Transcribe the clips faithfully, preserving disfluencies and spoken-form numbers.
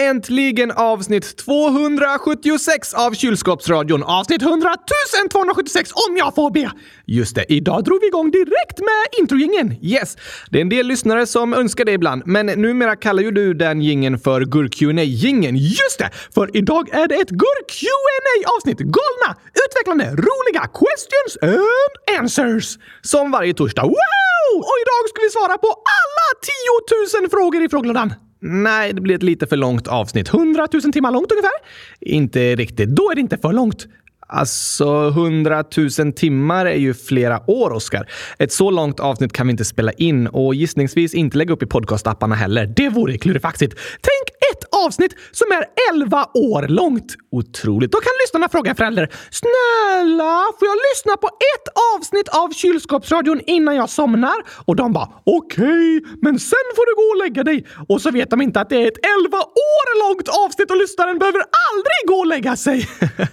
äntligen avsnitt tvåhundrasjuttiosex av Kylskåpsradion. Avsnitt hundratusen tvåhundrasjuttiosex om jag får be. Just det, idag drog vi igång direkt med introjingen. Yes, det är en del lyssnare som önskar det ibland. Men numera kallar ju du den gingen för Gur-Q and A-gingen. Just det, för idag är det ett Gur-Q and A-avsnitt. Galna, utvecklande, roliga questions and answers. Som varje torsdag. Wow! Och idag ska vi svara på alla tiotusen frågor i frågelådan. Nej, det blir ett lite för långt avsnitt. hundratusen timmar långt ungefär? Inte riktigt. Då är det inte för långt. Alltså, hundratusen timmar är ju flera år, Oskar. Ett så långt avsnitt kan vi inte spela in och gissningsvis inte lägga upp i podcastapparna heller. Det vore klurifaxigt. Tänk ett avsnitt som är elva år långt. Otroligt. Då kan lyssnarna fråga en förälder: snälla, får jag lyssna på ett avsnitt av Kylskåpsradion innan jag somnar? Och de bara, okej, okay, men sen får du gå och lägga dig. Och så vet de inte att det är ett elva år långt avsnitt och lyssnaren behöver aldrig gå och lägga sig.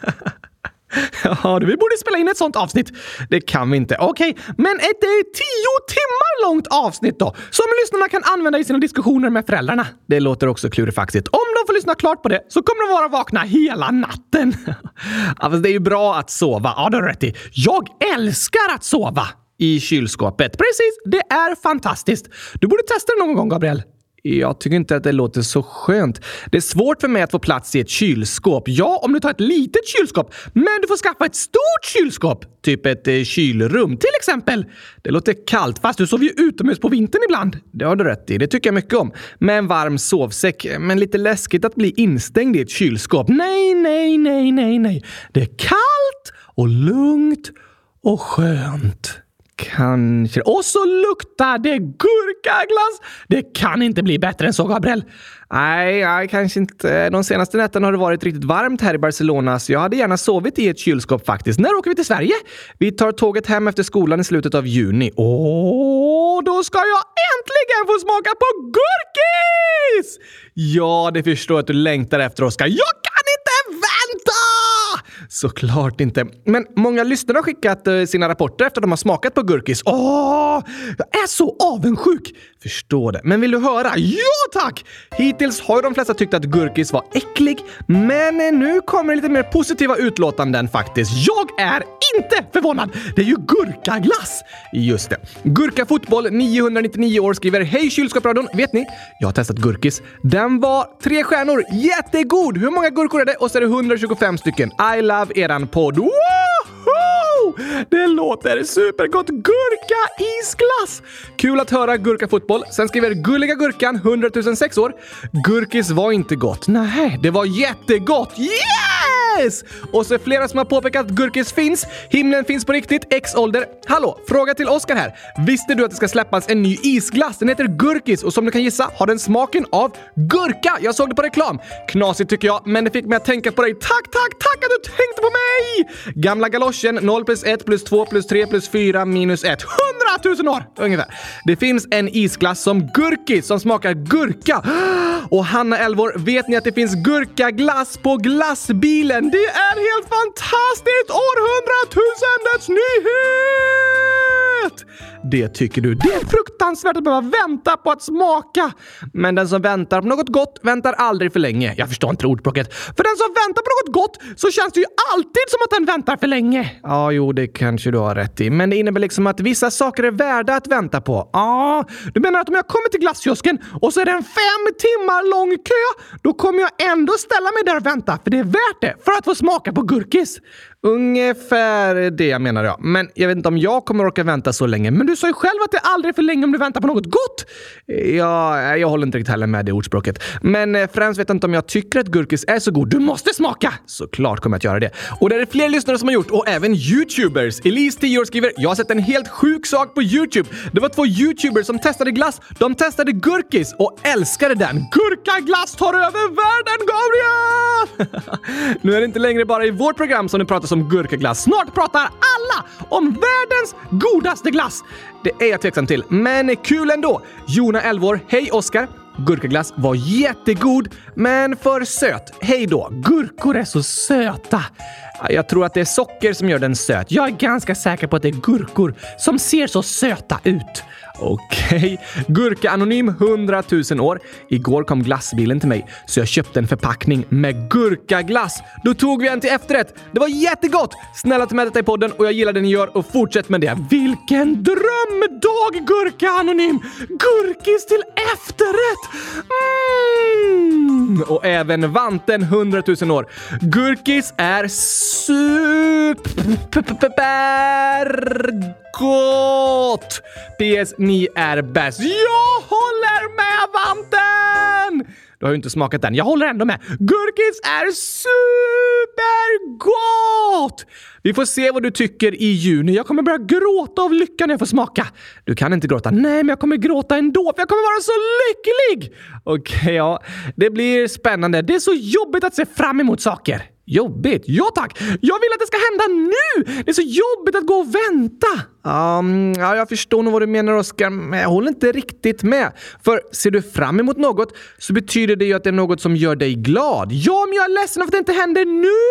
Ja, vi borde spela in ett sånt avsnitt. Det kan vi inte. Okej, okay. Men ett tio timmar långt avsnitt då, som lyssnarna kan använda i sina diskussioner med föräldrarna. Det låter också klurifaxigt. Om de får lyssna klart på det så kommer de vara vakna hela natten. Ja, fast det är ju bra att sova. Ja, det är rätt i. Jag älskar att sova i kylskåpet. Precis, det är fantastiskt. Du borde testa det någon gång, Gabriel. Jag tycker inte att det låter så skönt. Det är svårt för mig att få plats i ett kylskåp. Ja, om du tar ett litet kylskåp. Men du får skaffa ett stort kylskåp. Typ ett eh, kylrum till exempel. Det låter kallt, fast du sover ju utomhus på vintern ibland. Det har du rätt i, det tycker jag mycket om. Med en varm sovsäck. Men lite läskigt att bli instängd i ett kylskåp. Nej, nej, nej, nej, nej. Det är kallt och lugnt och skönt. Kanske. Och så luktar det gurkaglass. Det kan inte bli bättre än så, Gabriel. Nej, nej, kanske inte. De senaste nätterna har det varit riktigt varmt här i Barcelona, så jag hade gärna sovit i ett kylskåp faktiskt. När åker vi till Sverige? Vi tar tåget hem efter skolan i slutet av juni. Åh, då ska jag äntligen få smaka på gurkis! Ja, det förstår att du längtar efter, Oskar. Jag kan inte vänta! Såklart inte. Men många lyssnare har skickat uh, sina rapporter efter att de har smakat på gurkis. Åh, jag är så avundsjuk. Förstår det. Men vill du höra? Ja, tack! Hittills har ju de flesta tyckt att gurkis var äcklig. Men nu kommer lite mer positiva utlåtanden faktiskt. Jag är inte förvånad. Det är ju gurkaglass. Just det. Gurkafotboll niohundranittionio år skriver: hej Kylskåpsradion, vet ni? Jag har testat gurkis. Den var tre stjärnor. Jättegod. Hur många gurkor är det? Och så är det hundratjugofem stycken. I love eran podd. Woho! Det låter supergott. Gurka isglass. Kul att höra gurkafotboll. Sen skriver Gulliga Gurkan hundratusen sex år. Gurkis var inte gott. Nej, det var jättegott. Yes! Och så är flera som har påpekat att gurkis finns. Himlen finns på riktigt. X-ålder. Hallå, fråga till Oskar här. Visste du att det ska släppas en ny isglass? Den heter gurkis och som du kan gissa har den smaken av gurka. Jag såg det på reklam. Knasigt tycker jag, men det fick mig att tänka på dig. Tack, tack, tack att du tänkte på mig! Gamla galoschen, noll plus ett plus två plus tre plus fyra minus ett. hundratusen år ungefär. Det finns en isglass som gurkis som smakar gurka. Och Hanna Elvor, vet ni att det finns gurkaglass på glassbilen? Det är helt fantastiskt! Århundratusendets nyhet! Det tycker du. Det är fruktansvärt att behöva vänta på att smaka. Men den som väntar på något gott väntar aldrig för länge. Jag förstår inte ordspråket. För den som väntar på något gott så känns det ju alltid som att den väntar för länge. Ja, jo, det kanske du har rätt i. Men det innebär liksom att vissa saker är värda att vänta på. Ja, du menar att om jag kommer till glasskiosken och så är det en fem timmar lång kö, då kommer jag ändå ställa mig där och vänta. För det är värt det. För att få smaka på gurkis. Ungefär det jag menar jag. Men jag vet inte om jag kommer orka vänta så länge. Men du sa ju själv att det är aldrig för länge om du väntar på något gott. Ja, jag håller inte riktigt heller med det ordspråket. Men främst vet jag inte om jag tycker att gurkis är så god. Du måste smaka! Såklart kommer jag att göra det. Och det är det fler lyssnare som har gjort. Och även YouTubers. Elise, tio år, skriver: jag har sett en helt sjuk sak på YouTube. Det var två YouTubers som testade glass. De testade gurkis och älskade den. Gurkaglass tar över världen, Gabriel! Nu är det inte längre bara i vårt program som det pratas om gurkaglass. Snart pratar alla om världens godaste glass. Det är jag tveksam till, men kul ändå. Jona Elvor, hej Oskar. Gurkaglass var jättegod, men för söt. Hej då, gurkor är så söta. Jag tror att det är socker som gör den söt. Jag är ganska säker på att det är gurkor som ser så söta ut. Okej. Okay. Gurka Anonym, hundratusen år. Igår kom glassbilen till mig, så jag köpte en förpackning med gurkaglass. Då tog vi en till efterrätt. Det var jättegott. Snälla ta med detta i podden och jag gillar det ni gör och fortsätt med det. Vilken drömdag, Gurka Anonym. Gurkis till efterrätt. Mm. Och även Vanten, hundratusen år. Gurkis är supergott. P S, ni är bäst. Jag håller med, Vanten! Du har ju inte smakat den. Jag håller ändå med. Gurkis är supergott! Vi får se vad du tycker i juni. Jag kommer börja gråta av lycka när jag får smaka. Du kan inte gråta. Nej, men jag kommer gråta ändå för jag kommer vara så lycklig. Okej, okay, ja. Det blir spännande. Det är så jobbigt att se fram emot saker. Jobbigt? Ja tack! Jag vill att det ska hända nu! Det är så jobbigt att gå och vänta! Um, ja, jag förstår nog vad du menar, Oskar, men jag håller inte riktigt med. För ser du fram emot något så betyder det ju att det är något som gör dig glad. Ja, men jag är ledsen för att det inte händer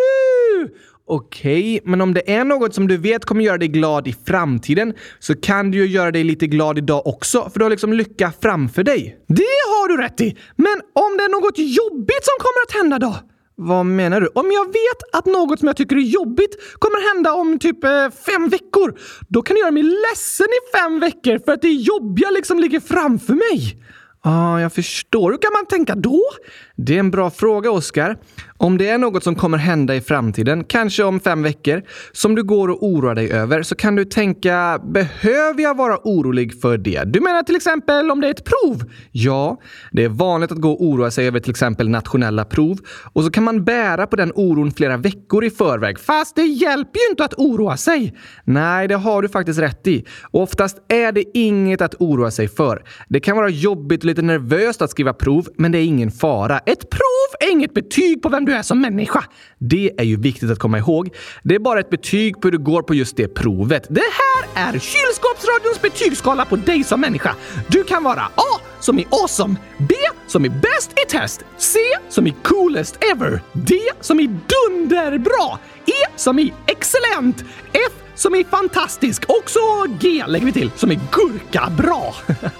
nu! Okej, okay, men om det är något som du vet kommer göra dig glad i framtiden så kan du ju göra dig lite glad idag också, för du har liksom lycka framför dig. Det har du rätt i! Men om det är något jobbigt som kommer att hända då? Vad menar du? Om jag vet att något som jag tycker är jobbigt kommer hända om typ eh, fem veckor, då kan det göra mig ledsen i fem veckor för att det jobbiga liksom ligger framför mig. Ja, ah, jag förstår. Hur kan man tänka då? Det är en bra fråga, Oskar. Om det är något som kommer hända i framtiden, kanske om fem veckor, som du går och oroar dig över, så kan du tänka, behöver jag vara orolig för det? Du menar till exempel om det är ett prov? Ja, det är vanligt att gå och oroa sig över till exempel nationella prov, och så kan man bära på den oron flera veckor i förväg, fast det hjälper ju inte att oroa sig. Nej, det har du faktiskt rätt i. Och oftast är det inget att oroa sig för. Det kan vara jobbigt och lite nervöst att skriva prov, men det är ingen fara. Ett prov är inget betyg på vem du är som människa. Det är ju viktigt att komma ihåg. Det är bara ett betyg på hur du går på just det provet. Det här är Kylskåpsradions betygsskala på dig som människa. Du kan vara A som är awesome, B som är bäst i test, C som är coolest ever, D som är dunderbra, E som är excellent, F som är fantastisk, och så G lägger vi till som är gurka bra.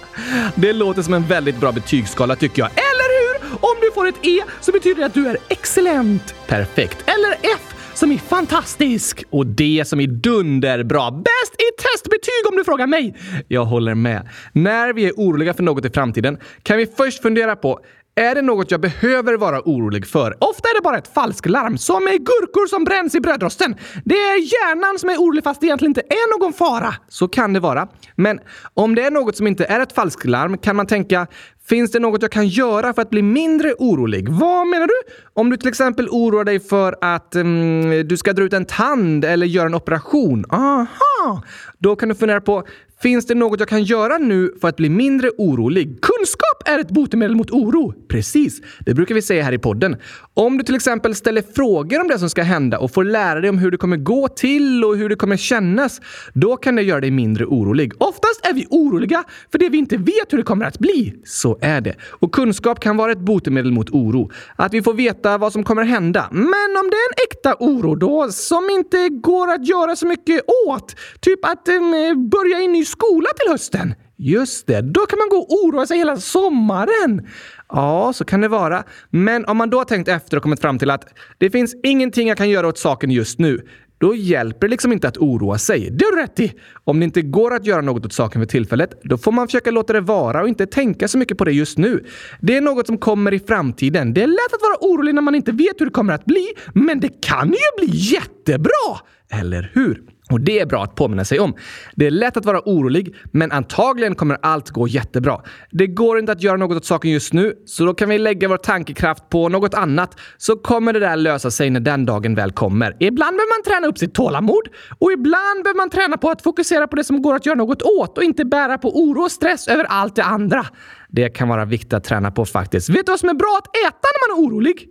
Det låter som en väldigt bra betygsskala tycker jag. Eller hur? Om du får ett E så betyder det att du är excellent, perfekt. Eller F som är fantastisk och D som är dunderbra. Bäst i testbetyg om du frågar mig. Jag håller med. När vi är oroliga för något i framtiden kan vi först fundera på, är det något jag behöver vara orolig för? Ofta är det bara ett falsklarm, som är gurkor som bränns i brödrosten. Det är hjärnan som är orolig fast det egentligen inte är någon fara. Så kan det vara. Men om det är något som inte är ett falsklarm kan man tänka, finns det något jag kan göra för att bli mindre orolig? Vad menar du? Om du till exempel oroar dig för att um, du ska dra ut en tand eller göra en operation. Aha! Då kan du fundera på, finns det något jag kan göra nu för att bli mindre orolig? Kunskap är ett botemedel mot oro. Precis, det brukar vi säga här i podden. Om du till exempel ställer frågor om det som ska hända och får lära dig om hur det kommer gå till och hur det kommer kännas, då kan det göra dig mindre orolig. Oftast är vi oroliga för det vi inte vet hur det kommer att bli. Så är det. Och kunskap kan vara ett botemedel mot oro. Att vi får veta vad som kommer hända. Men om det är en äkta oro då, som inte går att göra så mycket åt, typ att um, börja in i skola till hösten. Just det, då kan man gå och oroa sig hela sommaren. Ja, så kan det vara. Men om man då har tänkt efter och kommit fram till att det finns ingenting jag kan göra åt saken just nu, då hjälper det liksom inte att oroa sig. Det har du rätt i. Om det inte går att göra något åt saken för tillfället, då får man försöka låta det vara och inte tänka så mycket på det just nu. Det är något som kommer i framtiden. Det är lätt att vara orolig när man inte vet hur det kommer att bli, men det kan ju bli jättebra. Eller hur? Och det är bra att påminna sig om. Det är lätt att vara orolig, men antagligen kommer allt gå jättebra. Det går inte att göra något åt saken just nu, så då kan vi lägga vår tankekraft på något annat, så kommer det där lösa sig när den dagen väl kommer. Ibland behöver man träna upp sitt tålamod, och ibland behöver man träna på att fokusera på det som går att göra något åt och inte bära på oro och stress över allt det andra. Det kan vara viktigt att träna på faktiskt. Vet du vad som är bra att äta när man är orolig?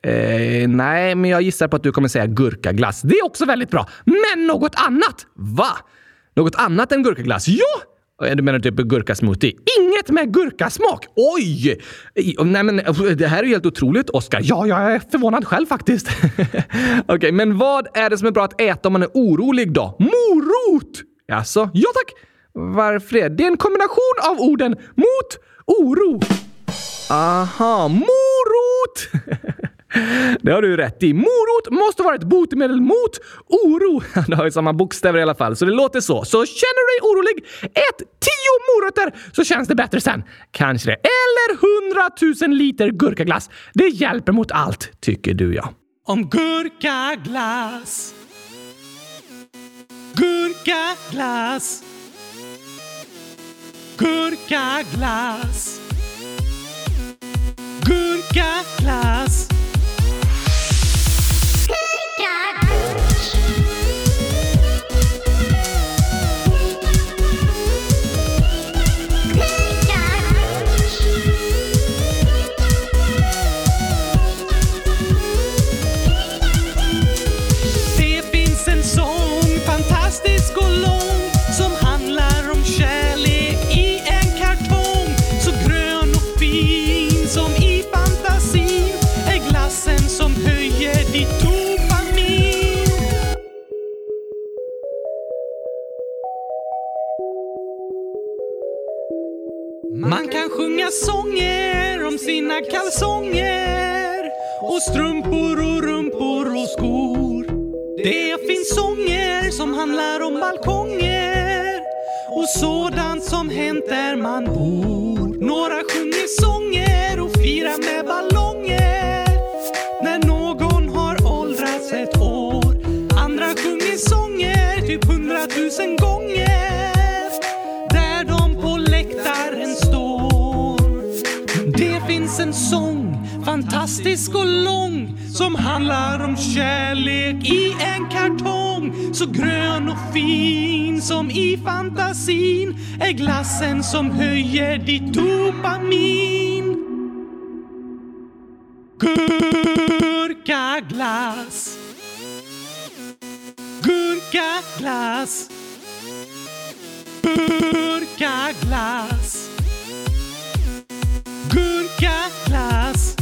Eh, nej, men jag gissar på att du kommer säga gurkaglass. Det är också väldigt bra. Men något annat? Va? Något annat än gurkaglass? Ja! Du menar typ gurkasmoothie? Inget med gurkasmak. Oj! Nej, men det här är helt otroligt, Oskar. Ja, jag är förvånad själv faktiskt. Okej, okay, men vad är det som är bra att äta om man är orolig då? Morot! Alltså, ja tack! Varför det? Det är en kombination av orden mot oro. Aha, morot! Det har du rätt i. Morot måste vara ett botemedel mot oro. Det har ju samma bokstäver i alla fall, så det låter så. Så känner du dig orolig, ät tio morötter så känns det bättre sen. Kanske det. Eller hundratusen liter gurkaglass. Det hjälper mot allt, tycker du ja. Om gurkaglass. Gurkaglass. Gurkaglass. Gurkaglass. Man kan sjunga sånger om sina kalsonger och strumpor och rumpor och skor. Det finns sånger som handlar om balkonger och sådant som hänt där man bor. Några sjunger sånger och firar med ballonger när någon har åldrats ett år. Andra sjunger sånger typ hundratusen gånger där de på läktaren står. Det finns en sång, fantastisk och lång, som handlar om kärlek i en kartong. Så grön och fin som i fantasin är glassen som höjer ditt dopamin. Gurkaglass. Gurkaglass. Gurkaglass. Gurkaglass.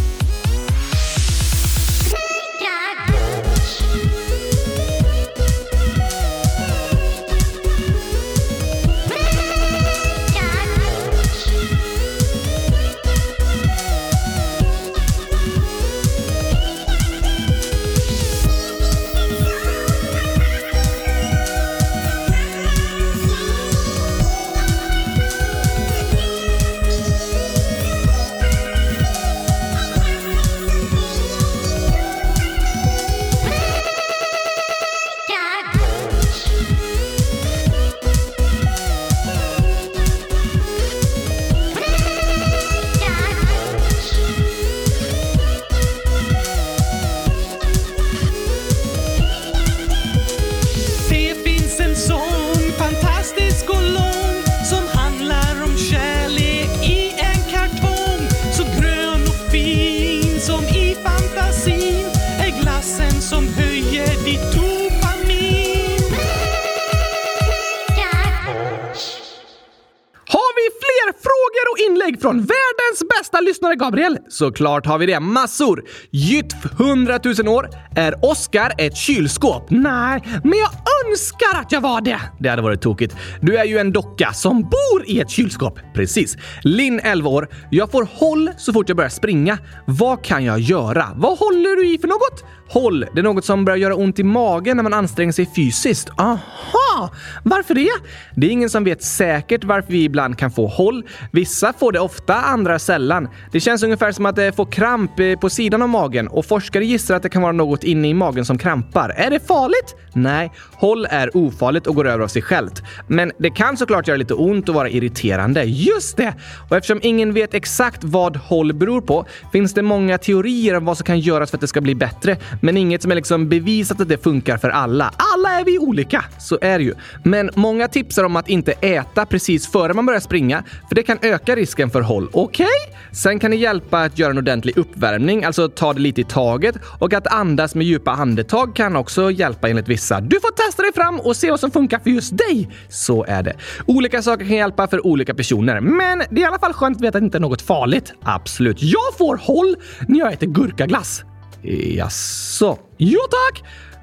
Från världens bästa lyssnare Gabriel. Såklart har vi det, massor. Gytt hundratusen år. Är Oscar ett kylskåp? Nej, men jag önskar att jag var det. Det hade varit tokigt. Du är ju en docka som bor i ett kylskåp. Precis. Linn, elva år. Jag får håll så fort jag börjar springa. Vad kan jag göra? Vad håller du i för något? Håll, det är något som börjar göra ont i magen när man anstränger sig fysiskt. Aha, varför det? Det är ingen som vet säkert varför vi ibland kan få håll. Vissa får det ofta, andra sällan. Det känns ungefär som att det får kramp på sidan av magen och forskare gissar att det kan vara något inne i magen som krampar. Är det farligt? Nej, håll är ofarligt och går över av sig självt. Men det kan såklart göra lite ont och vara irriterande. Just det! Och eftersom ingen vet exakt vad håll beror på finns det många teorier om vad som kan göras för att det ska bli bättre. Men inget som är liksom bevisat att det funkar för alla. Alla är vi olika, så är det ju. Men många tipsar om att inte äta precis före man börjar springa, för det kan öka risken för håll. Okej? Okay? Sen kan det hjälpa att göra en ordentlig uppvärmning, alltså ta det lite i taget. Och att andas med djupa andetag kan också hjälpa enligt vissa. Du får testa dig fram och se vad som funkar för just dig. Så är det. Olika saker kan hjälpa för olika personer. Men det är i alla fall skönt att veta att det inte är något farligt. Absolut. Jag får håll när jag äter gurkaglass. Jaså? Jo tack!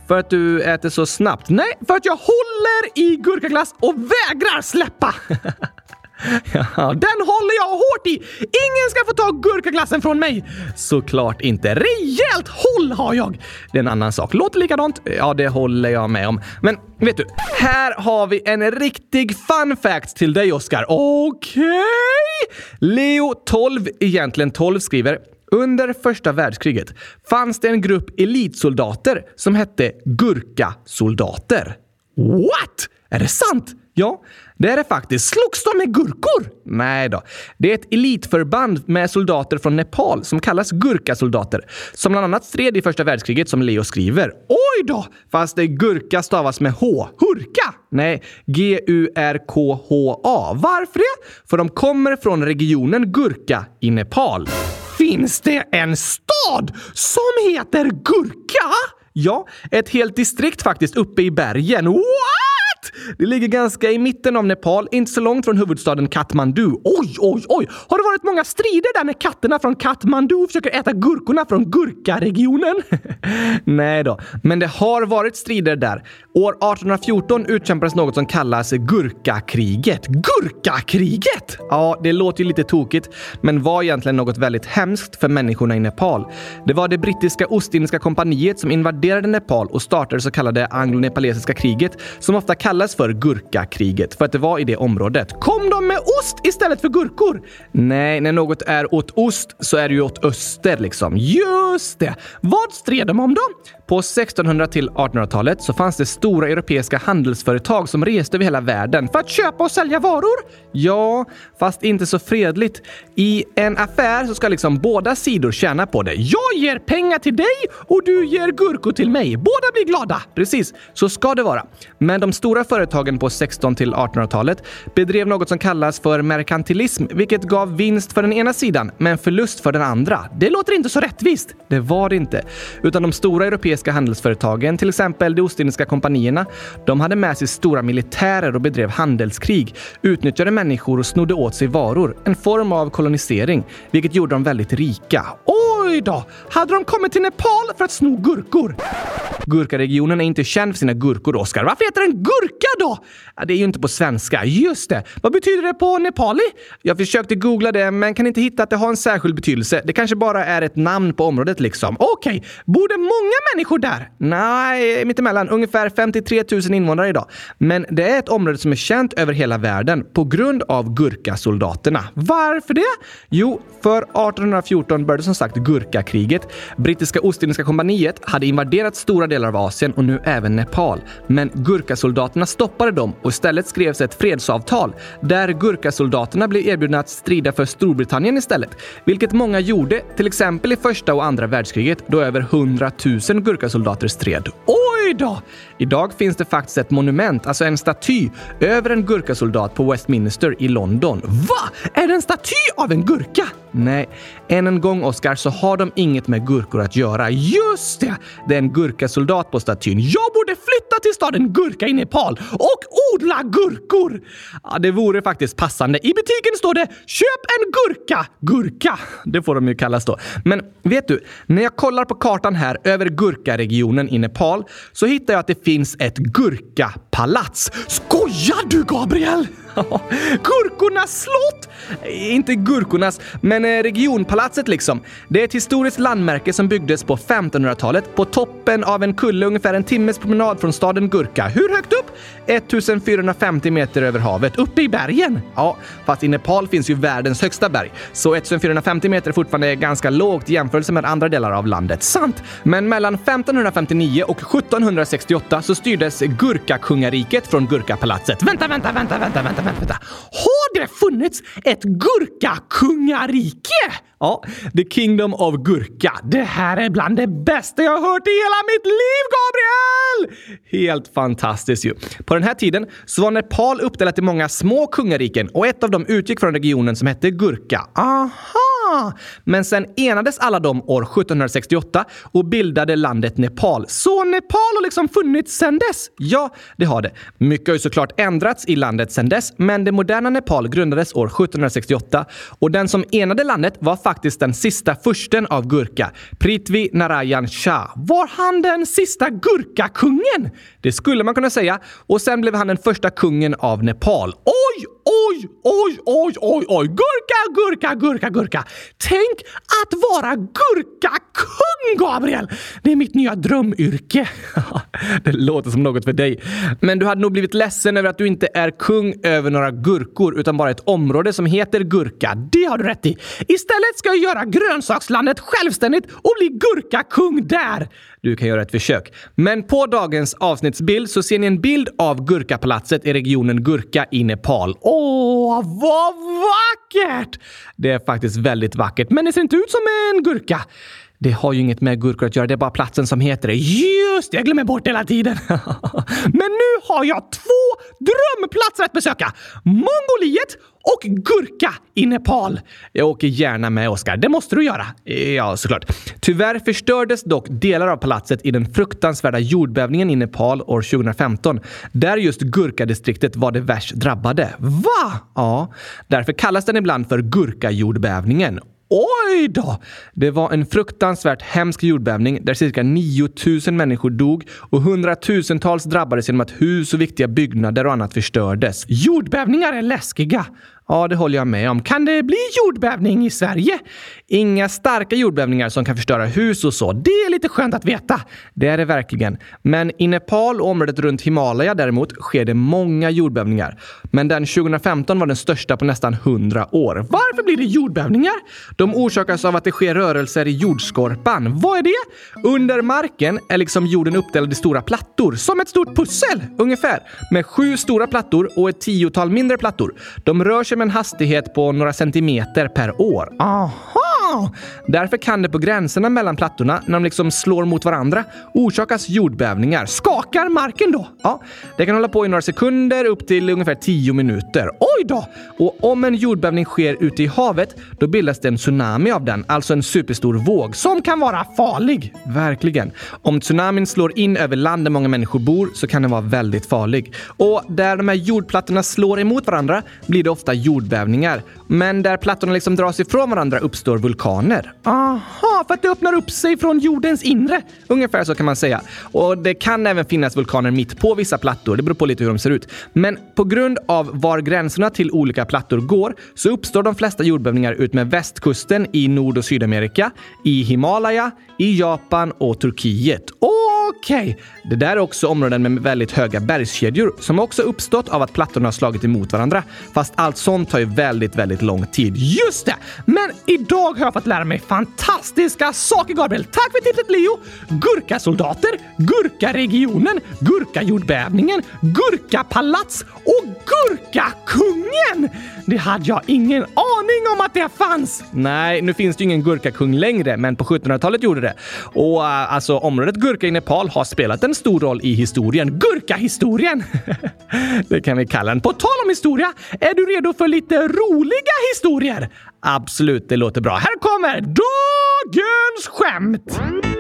För att du äter så snabbt? Nej, för att jag håller i gurkaglass och vägrar släppa. Ja, den håller jag hårt i. Ingen ska få ta gurkaglassen från mig. Såklart inte. Rejält håll har jag. Det är en annan sak. Låter likadant. Ja, det håller jag med om. Men vet du, här har vi en riktig fun fact till dig, Oskar. Okej. Okay. Leo tolv, egentligen tolv, skriver: under första världskriget fanns det en grupp elitsoldater som hette gurkasoldater. What? Är det sant? Ja, det är det faktiskt. Slogs de med gurkor? Nej då. Det är ett elitförband med soldater från Nepal som kallas gurkasoldater, som bland annat stred i första världskriget, som Leo skriver. Oj då! Fast det gurka stavas med H. Hurka? Nej, G U R K H A. Varför det? För de kommer från regionen Gurka i Nepal. Finns det en stad som heter Gurka? Ja, ett helt distrikt faktiskt uppe i bergen. What? Det ligger ganska i mitten av Nepal, inte så långt från huvudstaden Kathmandu. Oj, oj, oj! Har det varit många strider där när katterna från Kathmandu försöker äta gurkorna från Gurka-regionen? Nej då, men det har varit strider där. År arton fjorton utkämpades något som kallas Gurkakriget. Gurkakriget? Ja, det låter ju lite tokigt, men var egentligen något väldigt hemskt för människorna i Nepal. Det var det brittiska Ostindiska kompaniet som invaderade Nepal och startade så kallade anglo-nepalesiska kriget, som ofta kallas för Gurkakriget, för att det var i det området. Kom de med ost istället för gurkor? Nej, när något är åt ost så är det ju åt öster liksom. Just det! Vad stred de om då? På sextonhundra- till artonhundratalet så fanns det stora europeiska handelsföretag som reste över hela världen för att köpa och sälja varor. Ja, fast inte så fredligt. I en affär så ska liksom båda sidor tjäna på det. Jag ger pengar till dig och du ger gurkor till mig. Båda blir glada. Precis, så ska det vara. Men de stora företagen på sextonhundra- till artonhundratalet bedrev något som kallas för merkantilism, vilket gav vinst för den ena sidan men förlust för den andra. Det låter inte så rättvist. Det var det inte. Utan de stora europeiska handelsföretagen, till exempel de Ostindiska kompanierna, de hade med sig stora militärer och bedrev handelskrig, utnyttjade människor och snodde åt sig varor. En form av kolonisering, vilket gjorde dem väldigt rika. Oj då! Hade de kommit till Nepal för att sno gurkor? Gurkaregionen är inte känd för sina gurkor, Oskar. Varför heter den gurka då? Ja, det är ju inte på svenska. Just det. Vad betyder det på nepali? Jag försökte googla det men kan inte hitta att det har en särskild betydelse. Det kanske bara är ett namn på området liksom. Okej, okay. Bor det många människor där? Nej, mittemellan. Ungefär femtiotre tusen invånare idag. Men det är ett område som är känt över hela världen på grund av gurkasoldaterna. Varför det? Jo, för arton fjorton började som sagt Gurkakriget. Brittiska Ostindiska kompaniet hade invaderat stora delar av Asien och nu även Nepal. Men gurkasoldaterna stoppade dem och istället skrevs ett fredsavtal där gurkasoldaterna blev erbjudna att strida för Storbritannien istället. Vilket många gjorde, till exempel i första och andra världskriget då över hundratusen gurkasoldater stred. Oj då! Idag finns det faktiskt ett monument, alltså en staty, över en gurkasoldat på Westminster i London. Va? Är det en staty av en gurka? Nej, än en gång, Oskar, så har de inget med gurkor att göra. Just det! Det är en gurkasoldat på statyn. Jag borde flytta till staden Gurka i Nepal och odla gurkor! Ja, det vore faktiskt passande. I butiken står det köp en gurka! Gurka! Det får de ju kallas då. Men vet du, när jag kollar på kartan här över Gurka-regionen i Nepal så hittar jag att det finns ett gurkapalats. Skojar du, Gabriel? Gurkornas slott? Inte gurkornas, men regionpalatset liksom. Det är ett historiskt landmärke som byggdes på femtonhundratalet på toppen av en kulle ungefär en timmes promenad från staden Gurka. Hur högt upp? fjortonhundrafemtio meter över havet, uppe i bergen. Ja, fast i Nepal finns ju världens högsta berg, så fjortonhundrafemtio meter är fortfarande ganska lågt i jämförelse med andra delar av landet. Sant! Men mellan femtonhundrafemtionio och sjuttonhundrasextioåtta så styrdes Gurka-kungariket från Gurkapalatset. Vänta, vänta, vänta, vänta, vänta, vänta. Har det funnits ett Gurka-kungarike? Ja, The Kingdom of Gurka. Det här är bland det bästa jag har hört i hela mitt liv, Gabriel! Helt fantastiskt ju. På den här tiden så var Nepal uppdelat i många små kungariken och ett av dem utgick från regionen som hette Gurka. Aha! Aha! Men sen enades alla de år sjuttonhundrasextioåtta och bildade landet Nepal. Så Nepal har liksom funnits sedan dess? Ja, det har det. Mycket har ju såklart ändrats i landet sedan dess, men det moderna Nepal grundades år sjuttonhundrasextioåtta och den som enade landet var faktiskt den sista fursten av Gurkha, Prithvi Narayan Shah. Var han den sista Gurkha-kungen? Det skulle man kunna säga. Och sen blev han den första kungen av Nepal. Oj, oj, oj, oj, oj, oj. Gurkha, Gurkha, Gurkha, Gurkha. Tänk att vara Gurkha-kung, Gabriel. Det är mitt nya drömyrke. Det låter som något för dig. Men du hade nog blivit ledsen över att du inte är kung över några gurkor utan bara ett område som heter Gurkha. Det har du rätt i. Istället ska jag göra grönsakslandet självständigt och bli Gurkha-kung där. Du kan göra ett försök. Men på dagens avsnittsbild så ser ni en bild av Gurkha-palatset i regionen Gurkha i Nepal. Åh, vad vackert! Det är faktiskt väldigt vackert, men det ser inte ut som en gurka. Det har ju inget med gurkor att göra, det är bara platsen som heter det. Just det, jag glömmer bort hela tiden. Men nu har jag två drömplatser att besöka. Mongoliet och Gurkha i Nepal. Jag åker gärna med, Oskar. Det måste du göra. Ja, såklart. Tyvärr förstördes dock delar av palatset i den fruktansvärda jordbävningen i Nepal år tjugohundrafemton. Där just Gurkha-distriktet var det värst drabbade. Va? Ja, därför kallas den ibland för Gurkha-jordbävningen. Oj då! Det var en fruktansvärt hemsk jordbävning där cirka nio tusen människor dog och hundratusentals drabbades genom att hus och viktiga byggnader och annat förstördes. Jordbävningar är läskiga. Ja, det håller jag med om. Kan det bli jordbävning i Sverige? Inga starka jordbävningar som kan förstöra hus och så. Det är lite skönt att veta. Det är det verkligen. Men i Nepal och området runt Himalaya däremot sker det många jordbävningar. Men den tjugohundrafemton var den största på nästan hundra år. Varför blir det jordbävningar? De orsakas av att det sker rörelser i jordskorpan. Vad är det? Under marken är liksom jorden uppdelad i stora plattor. Som ett stort pussel, ungefär. Med sju stora plattor och ett tiotal mindre plattor. De rör sig med en hastighet på några centimeter per år. Aha! Därför kan det på gränserna mellan plattorna, när de liksom slår mot varandra, orsakas jordbävningar. Skakar marken då? Ja, det kan hålla på i några sekunder upp till ungefär tio minuter. Oj då! Och om en jordbävning sker ute i havet, då bildas det en tsunami av den, alltså en superstor våg som kan vara farlig. Verkligen. Om tsunamin slår in över land där många människor bor så kan den vara väldigt farlig. Och där de här jordplattorna slår emot varandra blir det ofta jordbävningar. Men där plattorna liksom dras ifrån varandra uppstår vulkaner. Aha, för att det öppnar upp sig från jordens inre. Ungefär så kan man säga. Och det kan även finnas vulkaner mitt på vissa plattor. Det beror på lite hur de ser ut. Men på grund av var gränserna till olika plattor går så uppstår de flesta jordbävningar ut med västkusten i Nord- och Sydamerika, i Himalaya, i Japan och Turkiet. Okej, okay. Det där är också områden med väldigt höga bergskedjor som också uppstått av att plattorna har slagit emot varandra. Fast allt sånt tar ju väldigt, väldigt lång tid. Just det! Men idag har jag fått lära mig fantastiska saker, Gabriel. Tack för tipset, Leo! Gurkasoldater, Gurka-regionen, Gurka-jordbävningen, Gurka-palats och Gurka-kungen! Det hade jag ingen aning om att det fanns! Nej, nu finns det ju ingen Gurka-kung längre, men på sjuttonhundratalet gjorde det. Och uh, alltså området Gurkha i Nepal har spelat en stor roll i historien. Gurka-historien! Det kan vi kalla den. På tal om historia, är du redo för lite roliga historier? Absolut, det låter bra. Här kommer dagens skämt!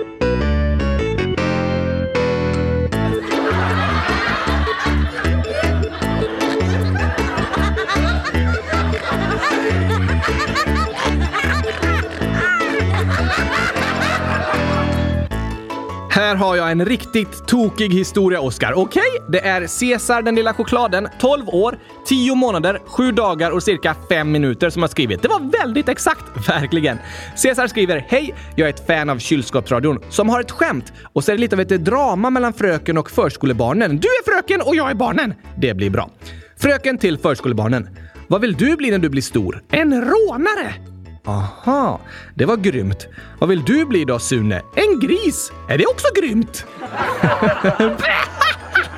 Här har jag en riktigt tokig historia, Oskar. Okej, okay? Det är Caesar den lilla chokladen, tolv år, tio månader, sju dagar och cirka fem minuter som har skrivit. Det var väldigt exakt, verkligen. Caesar skriver: hej, jag är ett fan av kylskåpsradion som har ett skämt. Och så är det lite av ett drama mellan fröken och förskolebarnen. Du är fröken och jag är barnen. Det blir bra. Fröken till förskolebarnen: vad vill du bli när du blir stor? En rånare! Aha, det var grymt. Vad vill du bli då, Sune? En gris. Är det också grymt?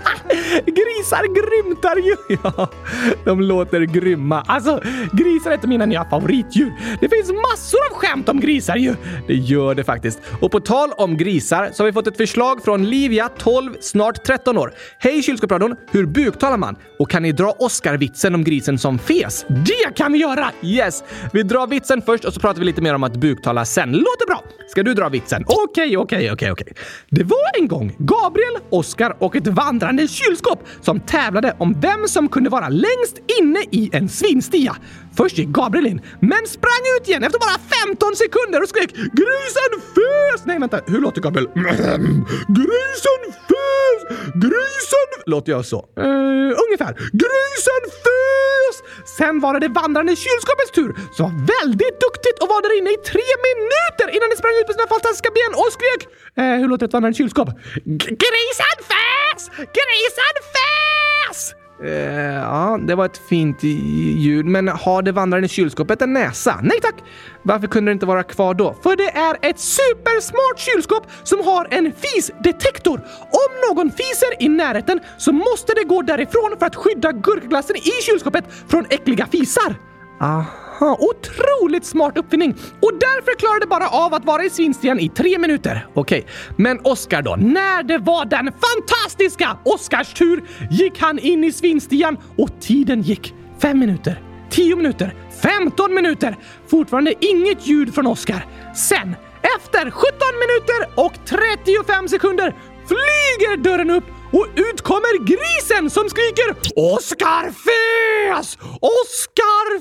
Grisar grymtar ju. Ja, de låter grymma. Alltså, grisar är ett av mina nya favoritdjur. Det finns massor av skämt om grisar ju. Det gör det faktiskt. Och på tal om grisar så har vi fått ett förslag från Livia, tolv, snart tretton år. Hej kylskåpsradion, hur buktalar man? Och kan ni dra Oscar-vitsen om grisen som fes? Det kan vi göra! Yes! Vi drar vitsen först och så pratar vi lite mer om att buktala sen. Låter bra! Ska du dra vitsen? Okej, okej, okej, okej. Det var en gång Gabriel, Oscar och ett vandrande kylskåp som tävlade om vem som kunde vara längst inne i en svinstia. Först gick Gabriel in, men sprang ut igen efter bara femton sekunder och skrek grisen fes! Nej, vänta, hur låter Gabriel? Grisen fes! Grisen... Låter jag så? Uh, ungefär. Grisen fes! Sen var det det vandrande kylskåpets tur som var väldigt duktigt och var där inne i tre minuter innan det sprang ut på sina fantastiska ben och skrek. Uh, hur låter ett vandrande kylskåp? Grisen fes! Grisen fes! Uh, ja, det var ett fint ljud. Men har det vandrande kylskåpet en näsa? Nej tack! Varför kunde det inte vara kvar då? För det är ett supersmart kylskåp som har en fisdetektor. Om någon fiser i närheten så måste det gå därifrån för att skydda gurkglassen i kylskåpet från äckliga fisar. Aha, otroligt smart uppfinning. Och därför klarade det bara av att vara i svinstian i tre minuter. Okej, men Oscar då? När det var den fantastiska Oscars tur gick han in i svinstian och tiden gick fem minuter, tio minuter, femton minuter. Fortfarande inget ljud från Oscar. Sen, efter sjutton minuter och trettiofem sekunder flyger dörren upp och ut kommer grisen som skriker Oscar fes! Oscar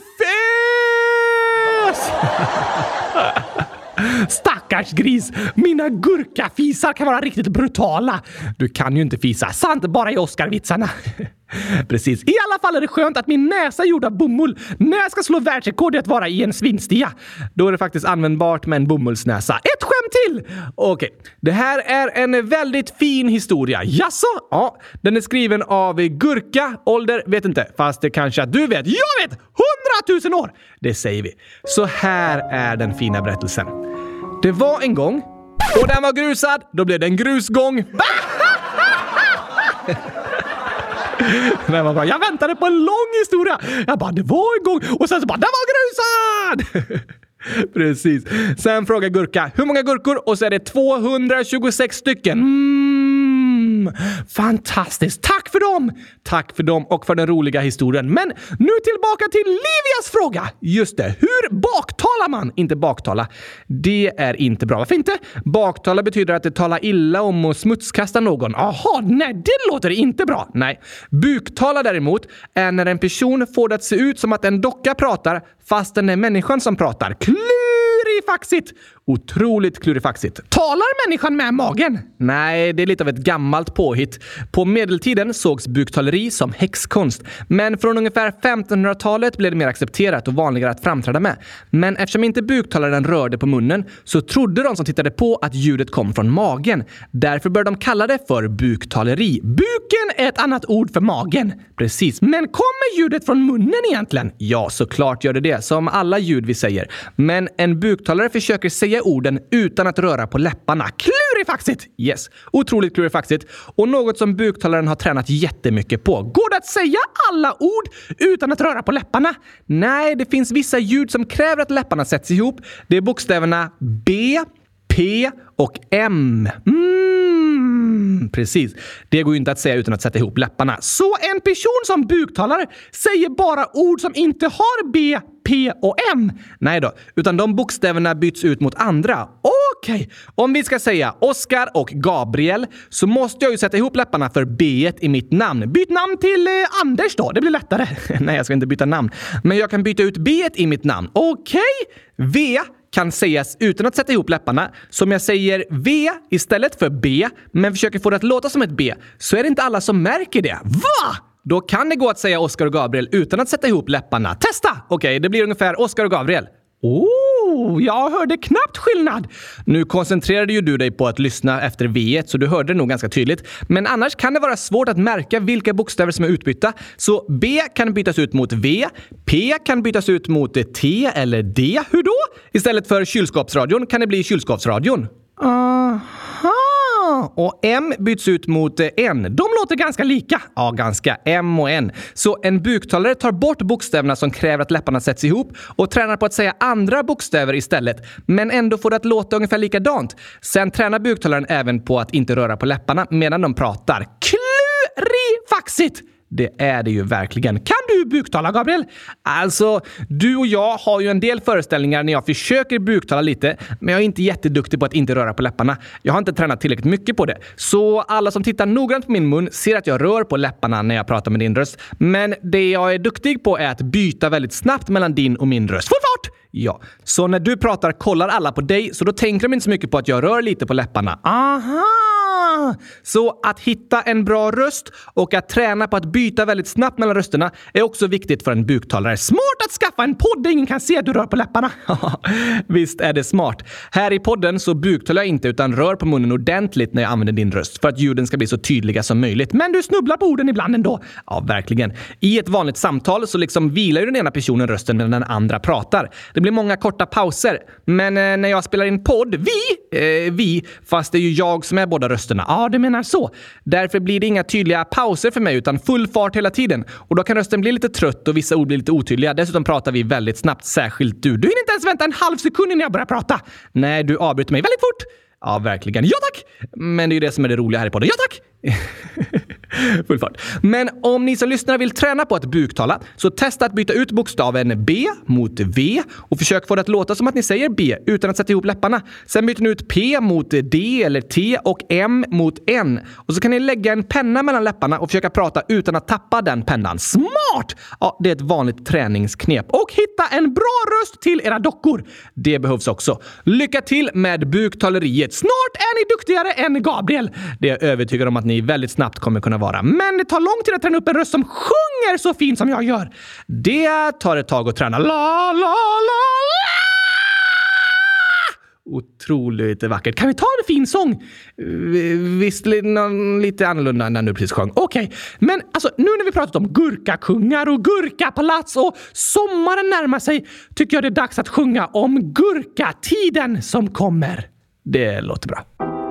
fes! Stackars gris, mina gurkafisar kan vara riktigt brutala. Du kan ju inte fisa, sant bara i Oscar-vitsarna. Precis, i alla fall är det skönt att min näsa är gjord av bomull när jag ska slå världsrekord i att vara i en svinstia. Då är det faktiskt användbart med en bomullsnäsa. Ett skämt till! Okej, det här är en väldigt fin historia. Jaså? Ja, den är skriven av Gurka, ålder, vet inte. Fast det kanske att du vet. Jag vet! Hundratusen år! Det säger vi. Så här är den fina berättelsen. Det var en gång, och den var grusad, då blev det en grusgång. Det var bra. Jag väntade på en lång historia. Jag bara, det var en gång. Och sen så bara, den var grusad! Precis. Sen frågar Gurka, hur många gurkor? Och så är det tvåhundratjugosex stycken. Mm, fantastiskt. Tack för dem. Tack för dem och för den roliga historien. Men nu tillbaka till Livias fråga. Just det. Hur baktalar man? Inte baktala. Det är inte bra. Varför inte? Baktala betyder att det talar illa om och smutskasta någon. Aha, nej, det låter inte bra. Nej. Buktala däremot är när en person får det att se ut som att en docka pratar fast den är människan som pratar. Klurifaxigt! Otroligt klurifaxigt. Talar människan med magen? Nej, det är lite av ett gammalt påhitt. På medeltiden sågs buktaleri som häxkonst. Men från ungefär femtonhundratalet blev det mer accepterat och vanligare att framträda med. Men eftersom inte buktalaren rörde på munnen så trodde de som tittade på att ljudet kom från magen. Därför började de kalla det för buktaleri. Buken är ett annat ord för magen. Precis. Men kommer ljudet från munnen egentligen? Ja, såklart gör det det. Som alla ljud vi säger. Men en buktalare försöker säga orden utan att röra på läpparna. Klurifaxigt! Yes, otroligt klurifaxigt. Och något som buktalaren har tränat jättemycket på. Går det att säga alla ord utan att röra på läpparna? Nej, det finns vissa ljud som kräver att läpparna sätts ihop. Det är bokstäverna B, P och M. Mm, precis. Det går ju inte att säga utan att sätta ihop läpparna. Så en person som buktalare säger bara ord som inte har B, P och M. Nej då, utan de bokstäverna byts ut mot andra. Okej, okay. Om vi ska säga Oscar och Gabriel så måste jag ju sätta ihop läpparna för B i mitt namn. Byt namn till eh, Anders då, det blir lättare. Nej, jag ska inte byta namn. Men jag kan byta ut B i mitt namn. Okej, okay. V kan sägas utan att sätta ihop läpparna. Som jag säger V istället för B, men försöker få det att låta som ett B, så är det inte alla som märker det. Va? Då kan det gå att säga Oscar och Gabriel utan att sätta ihop läpparna. Testa! Okej, okay, det blir ungefär Oscar och Gabriel. Oh, jag hörde knappt skillnad. Nu koncentrerade ju du dig på att lyssna efter V, så du hörde det nog ganska tydligt. Men annars kan det vara svårt att märka vilka bokstäver som är utbytta. Så B kan bytas ut mot V, P kan bytas ut mot T eller D. Hur då? Istället för kylskåpsradion kan det bli kylskåpsradion. Aha! Ah, och M byts ut mot N. De låter ganska lika. Ja, ganska. M och N. Så en buktalare tar bort bokstäverna som kräver att läpparna sätts ihop och tränar på att säga andra bokstäver istället. Men ändå får det att låta ungefär likadant. Sen tränar buktalaren även på att inte röra på läpparna medan de pratar. Klurifaxigt! Det är det ju verkligen. Kan du buktala, Gabriel? Alltså, du och jag har ju en del föreställningar när jag försöker buktala lite, men jag är inte jätteduktig på att inte röra på läpparna. Jag har inte tränat tillräckligt mycket på det. Så alla som tittar noggrant på min mun ser att jag rör på läpparna när jag pratar med din röst. Men det jag är duktig på är att byta väldigt snabbt mellan din och min röst. Full fart! Ja, så när du pratar kollar alla på dig, så då tänker de inte så mycket på att jag rör lite på läpparna. Aha! Så att hitta en bra röst och att träna på att byta väldigt snabbt mellan rösterna är också viktigt för en buktalare. Smart att skaffa en podd där ingen kan se att du rör på läpparna. Visst är det smart. Här i podden så buktalar jag inte utan rör på munnen ordentligt när jag använder din röst för att ljuden ska bli så tydliga som möjligt. Men du snubblar på orden ibland ändå. Ja, verkligen. I ett vanligt samtal så liksom vilar ju den ena personen rösten medan den andra pratar. Det blir många korta pauser. Men eh, när jag spelar in podd, vi, eh, vi, fast det är ju jag som är båda rösterna. Ja, det menar så. Därför blir det inga tydliga pauser för mig utan full fart hela tiden. Och då kan rösten bli lite trött och vissa ord blir lite otydliga. Dessutom pratar vi väldigt snabbt, särskilt du. Du hinner inte ens vänta en halv sekund innan jag börjar prata. Nej, du avbryter mig väldigt fort. Ja, verkligen. Ja, tack! Men det är ju det som är det roliga här i podden. Ja, tack! Full fart. Men om ni som lyssnar vill träna på att buktala, så testa att byta ut bokstaven B mot V och försök få det att låta som att ni säger B utan att sätta ihop läpparna. Sen byter ni ut P mot D eller T och M mot N. Och så kan ni lägga en penna mellan läpparna och försöka prata utan att tappa den pennan. Smart! Ja, det är ett vanligt träningsknep. Och hitta en bra röst till era dockor. Det behövs också. Lycka till med buktaleriet. Snart är ni duktigare än Gabriel. Det är jag övertygad om att ni väldigt snabbt kommer kunna vara. Men det tar lång tid att träna upp en röst som sjunger så fint som jag gör. Det tar ett tag att träna. La, la, la, la! Otroligt vackert. Kan vi ta en fin sång? Visst, lite annorlunda än när du precis sjöng. Okej, okay. Men alltså nu när vi pratat om gurkakungar och gurkapalats och sommaren närmar sig, tycker jag det är dags att sjunga om gurkatiden som kommer. Det låter bra.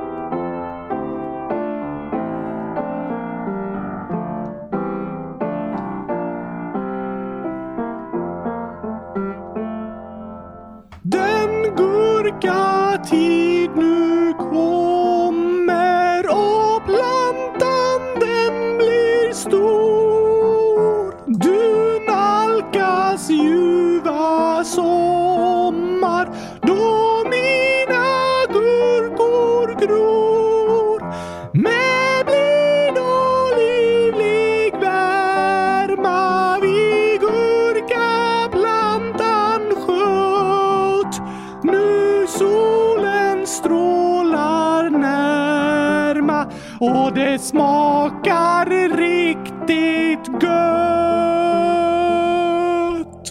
Den gurkatid nu kommer och plantan den blir stor. Du nalkas ljuva sommar då mina gurkor gror. Med blid och livlig värma vid gurkaplantan sköt. Nu solen strålar närma och det smakar riktigt gött.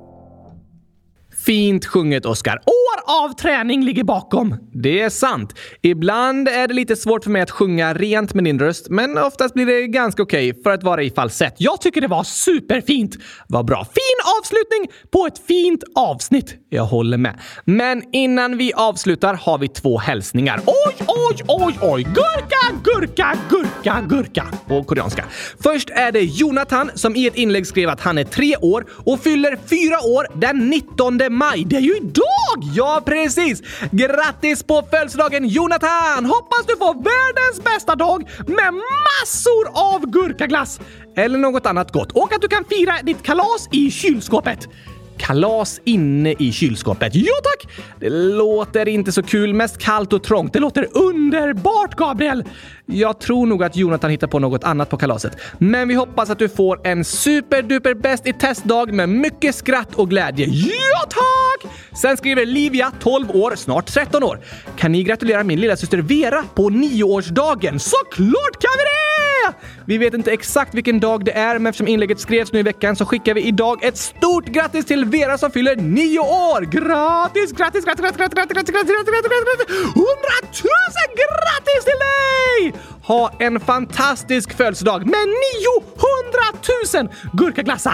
Fint sjunget, Oskar. År av träning ligger bakom. Det är sant. Ibland är det lite svårt för mig att sjunga rent med din röst, men oftast blir det ganska okej okay för att vara i falsett. Jag tycker det var superfint. Vad bra. Fin avslutning på ett fint avsnitt. Jag håller med. Men innan vi avslutar har vi två hälsningar. Oj, oj, oj, oj. Gurka, gurka, gurka, gurka. På koreanska. Först är det Jonathan som i ett inlägg skrev att han är tre år och fyller fyra år den nittonde maj. Det är ju idag! Ja, precis. Grattis på födelsedagen, Jonathan! Hoppas du får världens bästa dag med massor av gurkaglass. Eller något annat gott. Och att du kan fira ditt kalas i kylskåpet. Kalas inne i kylskåpet. Jo tack! Det låter inte så kul, mest kallt och trångt. Det låter underbart, Gabriel! Jag tror nog att Jonathan hittar på något annat på kalaset. Men vi hoppas att du får en superduper bäst i testdag med mycket skratt och glädje. Ja tack! Sen skriver Livia, tolv år, snart tretton år. Kan ni gratulera min lilla syster Vera på nioårsdagen? Såklart kan vi det! Vi vet inte exakt vilken dag det är, men eftersom inlägget skrevs nu i veckan så skickar vi idag ett stort grattis till Vera som fyller nio år. Gratis, gratis, gratis, gratis, gratis, gratis, gratis, gratis, gratis, gratis, hundratusen grattis till dig! Ha en fantastisk födelsedag med niohundratusen gurkaglassar.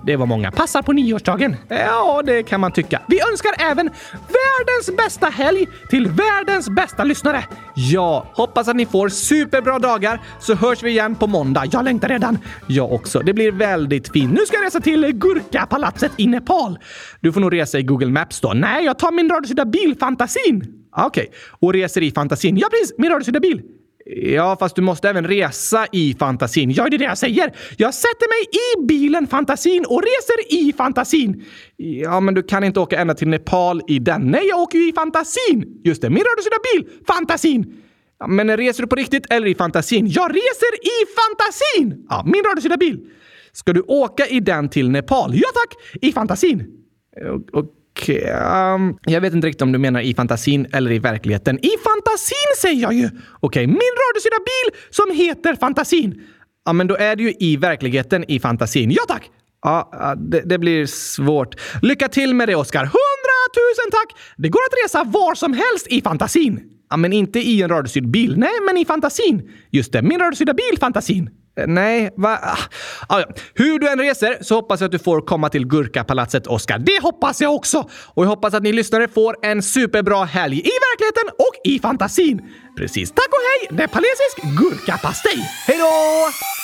Det var många passar på nioårsdagen. Ja, det kan man tycka. Vi önskar även världens bästa helg till världens bästa lyssnare. Ja, hoppas att ni får superbra dagar så hörs vi igen på måndag. Jag längtar redan. Jag också. Det blir väldigt fint. Nu ska jag resa till Gurka-palatset i Nepal. Du får nog resa i Google Maps då. Nej, jag tar min radiostyrda bil, Fantasin. Okej, okay. Och reser i Fantasin. Ja, precis. Min radiostyrda bil. Ja, fast du måste även resa i Fantasin. Ja, det är det jag säger. Jag sätter mig i bilen Fantasin och reser i Fantasin. Ja, men du kan inte åka ända till Nepal i den. Nej, jag åker ju i Fantasin. Just det, min radiostyrda bil, Fantasin. Ja, men reser du på riktigt eller i Fantasin? Jag reser i Fantasin. Ja, min radiostyrda bil. Ska du åka i den till Nepal? Ja, tack. I Fantasin. Okej. Okay, um, jag vet inte riktigt om du menar i fantasin eller i verkligheten. I Fantasin säger jag ju! Okej, okay, min radiostyrda bil som heter Fantasin. Ja, men då är det ju i verkligheten i Fantasin. Ja, tack! Ja, det, det blir svårt. Lycka till med det, Oskar. Hundratusen tack! Det går att resa var som helst i Fantasin. Ja, men inte i en radiostyrd bil. Nej, men i Fantasin. Just det, min radiostyrda bil, Fantasin. Nej, va? Ah, ja. Hur du än reser så hoppas jag att du får komma till Gurka-palatset, Oskar. Det hoppas jag också. Och jag hoppas att ni lyssnare får en superbra helg i verkligheten och i Fantasin. Precis. Tack och hej, nepalesisk gurkapastej. Hej då!